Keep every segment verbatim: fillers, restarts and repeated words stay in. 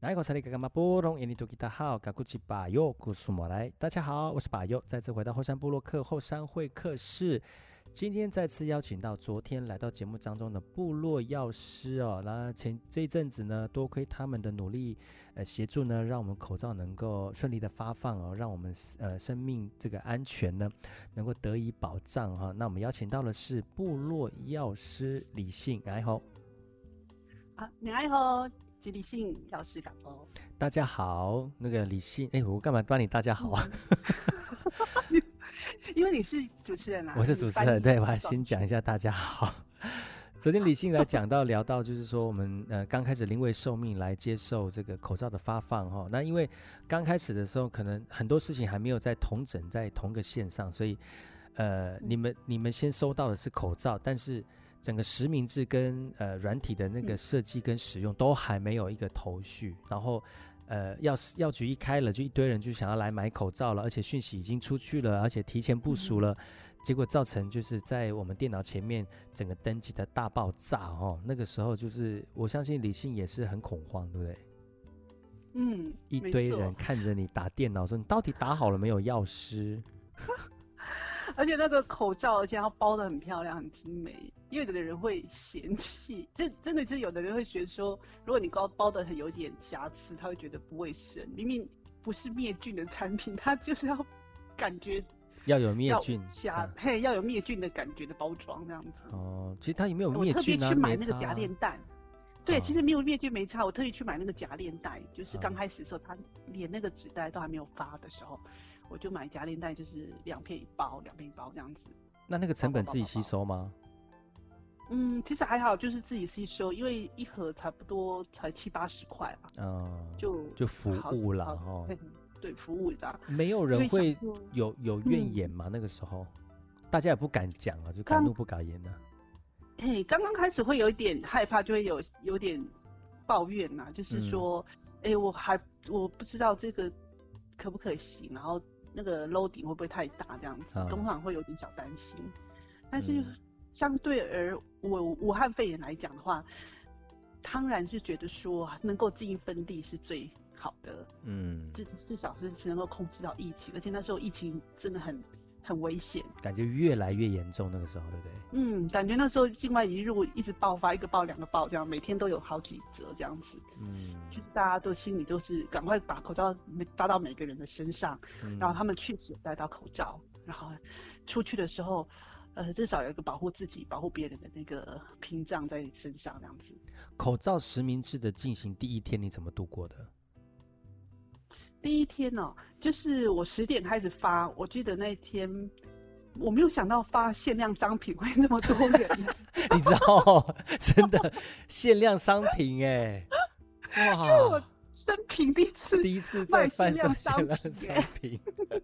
哪一口才里嘎嘎嘛波隆印尼多吉达好，嘎古吉巴尤古苏莫来。大家好，我是巴尤，再次回到后山部落客后山会客室。今天再次邀请到昨天来到节目当中的部落药师哦，那前这一阵子呢，多亏他们的努力，呃，协助呢，让我们口罩能够顺利的发放哦，让我们呃生命这个安全呢能够得以保障哈、哦。那我们邀请到的是部落药师李信，哎吼， 啊，你好。李信药师感恩， 大家好，那个李信，哎，我干嘛帮你大家好啊？ 嗯、因为你是主持人啊， 我是主持人，对，我还先讲一下大家好。昨天李信来讲到聊到，就是说我们呃刚开始临危受命来接受这个口罩的发放哈、哦，那因为刚开始的时候可能很多事情还没有在同整在同个线上，所以呃你们你们先收到的是口罩，但是整个实名制跟呃软体的那个设计跟使用都还没有一个头绪，然后呃药药局一开了，就一堆人就想要来买口罩了，而且讯息已经出去了，而且提前部署了，结果造成就是在我们电脑前面整个登记的大爆炸哦。那个时候就是我相信李信也是很恐慌，对不对？ 嗯， 一堆人看着你打电脑说你到底打好了没有，药师。 而且那个口罩，而且要包得很漂亮、很精美，因为有的人会嫌弃，这真的是有的人会觉得说，如果你包包得很有点瑕疵，他会觉得不卫生。明明不是灭菌的产品，它就是要感觉要有灭菌， 瑕、啊、嘿要有灭菌的感觉的包装这样子。 哦，其实它也没有灭菌啊， 我特别去买那个夹链袋。对， 哦、 其实没有灭菌没差，我特意去买那个夹链袋，就是刚开始的时候，它连那个纸袋都还没有发的时候。我就买夹链袋，就是两片一包，两片一包这样子。 那那个成本自己吸收吗？ 嗯，其实还好，就是自己吸收，因为一盒差不多才七八十块吧。 哦， 就就服务啦哦。 对，服务的。 没有人会有有怨言嘛、嗯？那个时候大家也不敢讲啊，就敢怒不敢言的、啊。 嘿，刚刚开始会有一点害怕，就会有有点抱怨呐、啊，就是说，哎、嗯，我还我不知道这个可不可以行，然后。那个 loading 会不会太大？这样子，啊、通常会有点小担心。但是相对而我武汉肺炎来讲的话，当然是觉得说能够尽一份力是最好的。嗯，至至少是能够控制到疫情，而且那时候疫情真的很很危险， 感觉越来越严重。那个时候，对不对？ 嗯，感觉那时候境外移入一直爆发，一个爆两个爆，这样每天都有好几则这样子。嗯，就是大家都心里都是赶快把口罩发到每个人的身上，嗯、然后他们确实有戴到口罩，然后出去的时候，呃，至少有一个保护自己、保护别人的那个屏障在身上，这样子。 口罩实名制的进行第一天，你怎么度过的？ 第一天哦，就是我十点开始发，我记得那天我没有想到发限量商品会那么多人， 你知道，真的限量商品哎， 哇！因为我生平第一次第一次在贩售限量商品，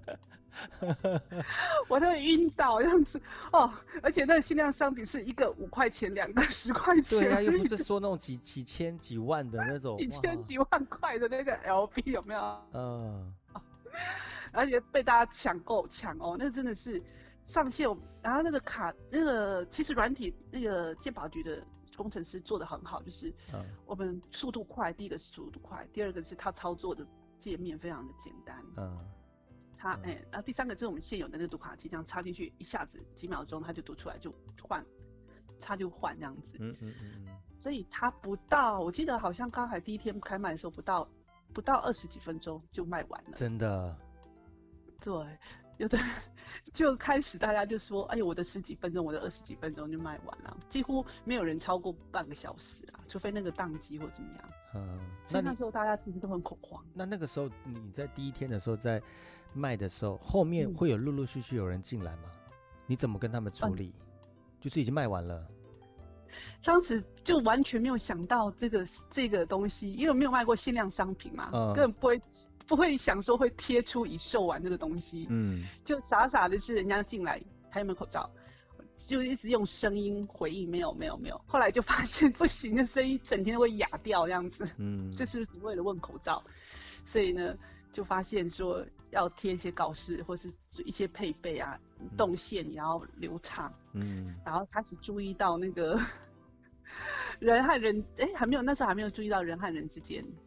我都会晕倒这样子哦。而且那个限量商品是一个五块钱，两个十块钱， 对啊，又不是说那种几几千几万的那种， 几千几万块的那个 L V 有没有？嗯，而且被大家抢购抢哦，那真的是上线，然后那个卡那个其实软体那个健保局的工程师做得很好，就是我们速度快，第一个是速度快，第二个是他操作的界面非常的简单，嗯。插哎、欸，然后第三个就是我们现有的那个读卡器，这样插进去，一下子几秒钟它就读出来，就换，插就换这样子。嗯嗯嗯。所以它不到，我记得好像刚才第一天开卖的时候，不到不到二十几分钟就卖完了。 真的。 对，有的就开始大家就说，哎呦，我的十几分钟，我的二十几分钟就卖完了，几乎没有人超过半个小时啊，除非那个宕机或怎么样。嗯，那那时候大家其实都很恐慌。 那那个时候你在第一天的时候在卖的时候，后面会有陆陆续续有人进来吗？嗯、你怎么跟他们处理？嗯、就是已经卖完了。 当时就完全没有想到这个这个东西，因为我没有卖过限量商品嘛，嗯、根本不会不会想说会贴出已售完这个东西。嗯，就傻傻的是人家进来还有没有口罩？就一直用声音回应，没有没有没有，后来就发现不行，那声音整天都会哑掉这样子，嗯，就是为了问口罩，所以呢就发现说要贴一些告示或是一些配备啊，动线也要流畅，嗯，然后开始注意到那个人和人，哎、欸，还没有那时候还没有注意到人和人之间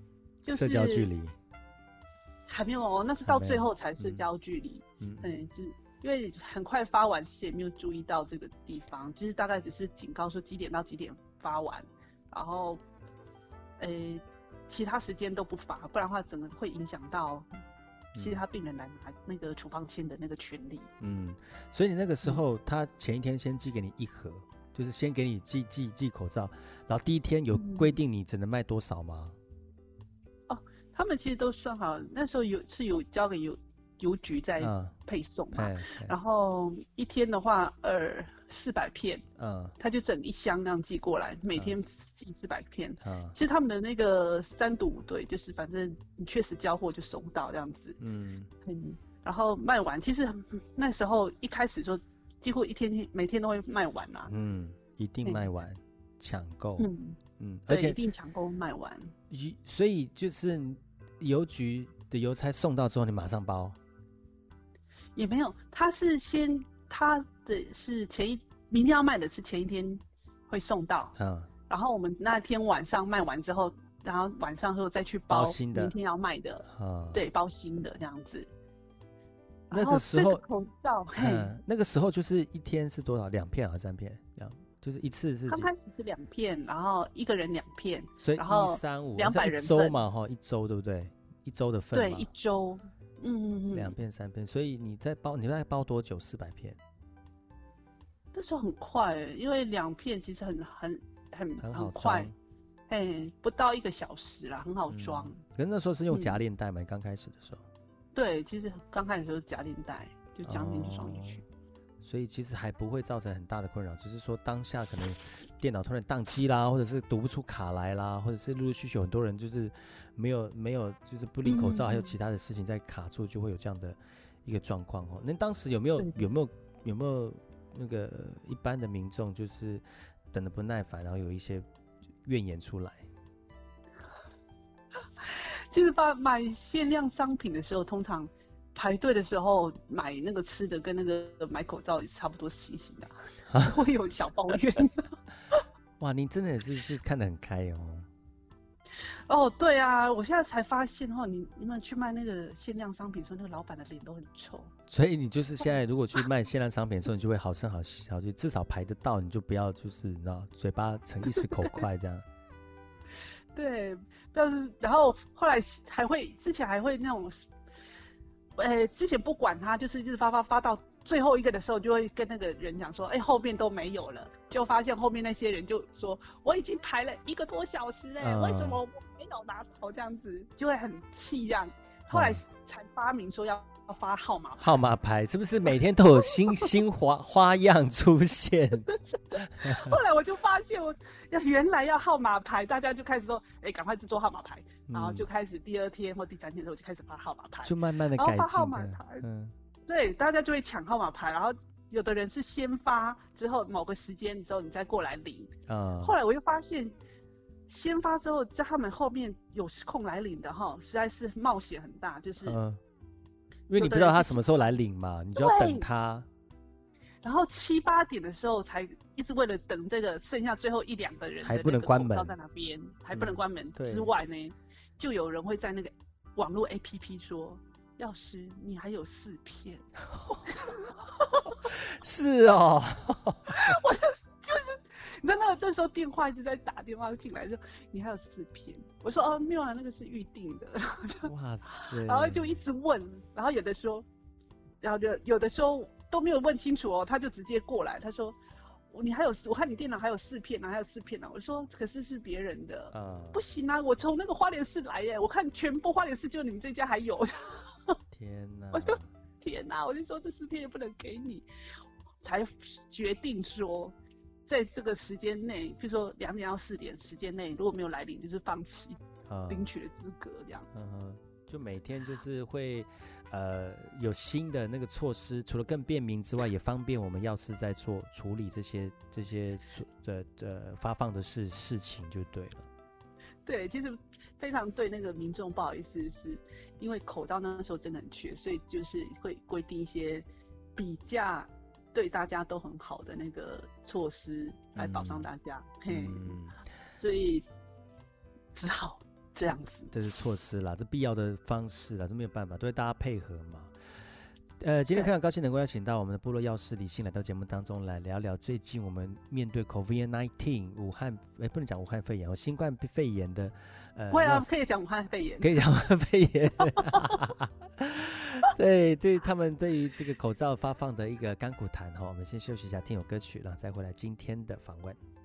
就是社交距离还没有，那是到最后才社交距离。嗯，嗯就因为很快发完，其实也没有注意到这个地方，就是大概只是警告说几点到几点发完，然后，诶，其他时间都不发，不然的话整个会影响到其他病人来拿那个处方签的那个权利。 嗯，所以你那个时候，他前一天先寄给你一盒，就是先给你寄寄寄口罩，然后第一天有规定你只能卖多少吗？ 嗯、哦，他们其实都算好，那时候有是有交给邮邮局在配送嘛，嗯、然后一天的话二四百片，嗯，他就整一箱那样寄过来，每天寄四百片。嗯，其实他们的那个三读五对，就是反正你确实交货就收到这样子。嗯嗯，然后卖完，其实那时候一开始就几乎一天每天都会卖完啦。 嗯，一定卖完，抢购。嗯嗯，而且一定抢购卖完。 所以就是邮局的邮差送到之后，你马上包？ 也没有，他是先他的是前一明天要卖的是前一天会送到，嗯，然后我们那天晚上卖完之后，然后晚上之后再去包新的明天要卖的，嗯，对，包新的这样子。 那个时候口罩， 嗯，那个时候就是一天是多少？两片还是三片？两就是一次是。 刚开始是两片，然后一个人两片， 所以一三五两百人一周嘛，哈，一周对不对？一周的份嘛， 对，一周。嗯嗯嗯， 两片三片，所以你在包，你在包多久？四百片？ 那时候很快，因为两片其实很很很很好快，哎，不到一个小时啦，很好装。嗯、 可是那时候是用夹链袋嘛？嗯、刚开始的时候。 对，其实刚开始的时候夹链袋就夹进去装进去、哦， 所以其实还不会造成很大的困扰，只是说当下可能电脑突然宕机啦，或者是读不出卡来啦，或者是陆陆续续很多人就是没有没有就是不领口罩，嗯、还有其他的事情在卡住，就会有这样的一个状况哦。那当时有没有有没有有没有那个一般的民众就是等得不耐烦，然后有一些怨言出来？ 其实把买限量商品的时候，通常排队的时候买那个吃的跟那个买口罩也差不多情形的、啊，会有小抱怨。 哇，你真的也是是看得很开哦。 哦，对啊，我现在才发现哦，你你们去卖那个限量商品的时候，那个老板的脸都很臭。 所以你就是现在如果去卖限量商品的时候，你就会好声好气，好就至少排得到，你就不要就是你知道嘴巴逞一时口快这样。 对，要是然后后来还会，之前还会那种，呃，之前不管他，就是一直发发发到最后一个的时候，就会跟那个人讲说，哎、欸，后面都没有了，就发现后面那些人就说，我已经排了一个多小时嘞、欸，嗯、为什么我没有拿到？这样子就会很气这样。后来才发明说要。要发号码牌， 号码牌是不是每天都有新新花花样出现？ 后来我就发现我，我原来要号码牌，大家就开始说，哎、欸，赶快制作号码牌，嗯、然后就开始第二天或第三天的时候就开始发号码牌， 就慢慢的改进。 然后发号码牌，嗯，对，大家就会抢号码牌，然后有的人是先发之后某个时间之后你再过来领，嗯，后来我又发现。先发之后，在他们后面有空来领的哈，实在是冒险很大，就是。嗯， 因为你不知道他什么时候来领嘛，你就要等他。 然后七八点的时候才一直为了等这个剩下最后一两个人的还不能关门， 在那边还不能关门之外呢，嗯、就有人会在那个网络 A P P 说：“药师，你还有四片。” 是哦， 我就是你知道那那时候电话一直在打电话进来，就你还有四片。我说哦没有啊，那个是预定的。 哇塞！ 然后就一直问，然后有的说，然后就有的时候都没有问清楚哦，他就直接过来，他说你还有，我看你电脑还有四片啊，还有四片啊。我说可是是别人的，嗯、不行啊，我从那个花莲市来耶，我看全部花莲市就你们这家还有。 天哪！ 我就天哪，我就说这四片也不能给你，才决定说。在这个时间内，比如说两点到四点时间内，如果没有来领，就是放弃领取的资格这样子。嗯哼， 就每天就是会，呃，有新的那个措施，除了更便民之外，也方便我们药师在做处理这些这些呃呃发放的事事情就对了。 对，其实非常对那个民众不好意思，是因为口罩那时候真的很缺，所以就是会规定一些比较。对大家都很好的那个措施来保障大家，嗯、嘿，所以只好这样子。 这是措施啦，这必要的方式啦，这没有办法，都是大家配合嘛。呃，今天非常高兴能够邀请到我们的部落药师李信来到节目当中来聊聊最近我们面对 COVID 十九 武汉，哎，不能讲武汉肺炎哦，新冠肺炎的，呃， 会啊，可以讲武汉肺炎， 可以讲武汉肺炎，对对，他们对于这个口罩发放的一个甘苦谈哈，我们先休息一下，听首歌曲，然后再回来今天的访问。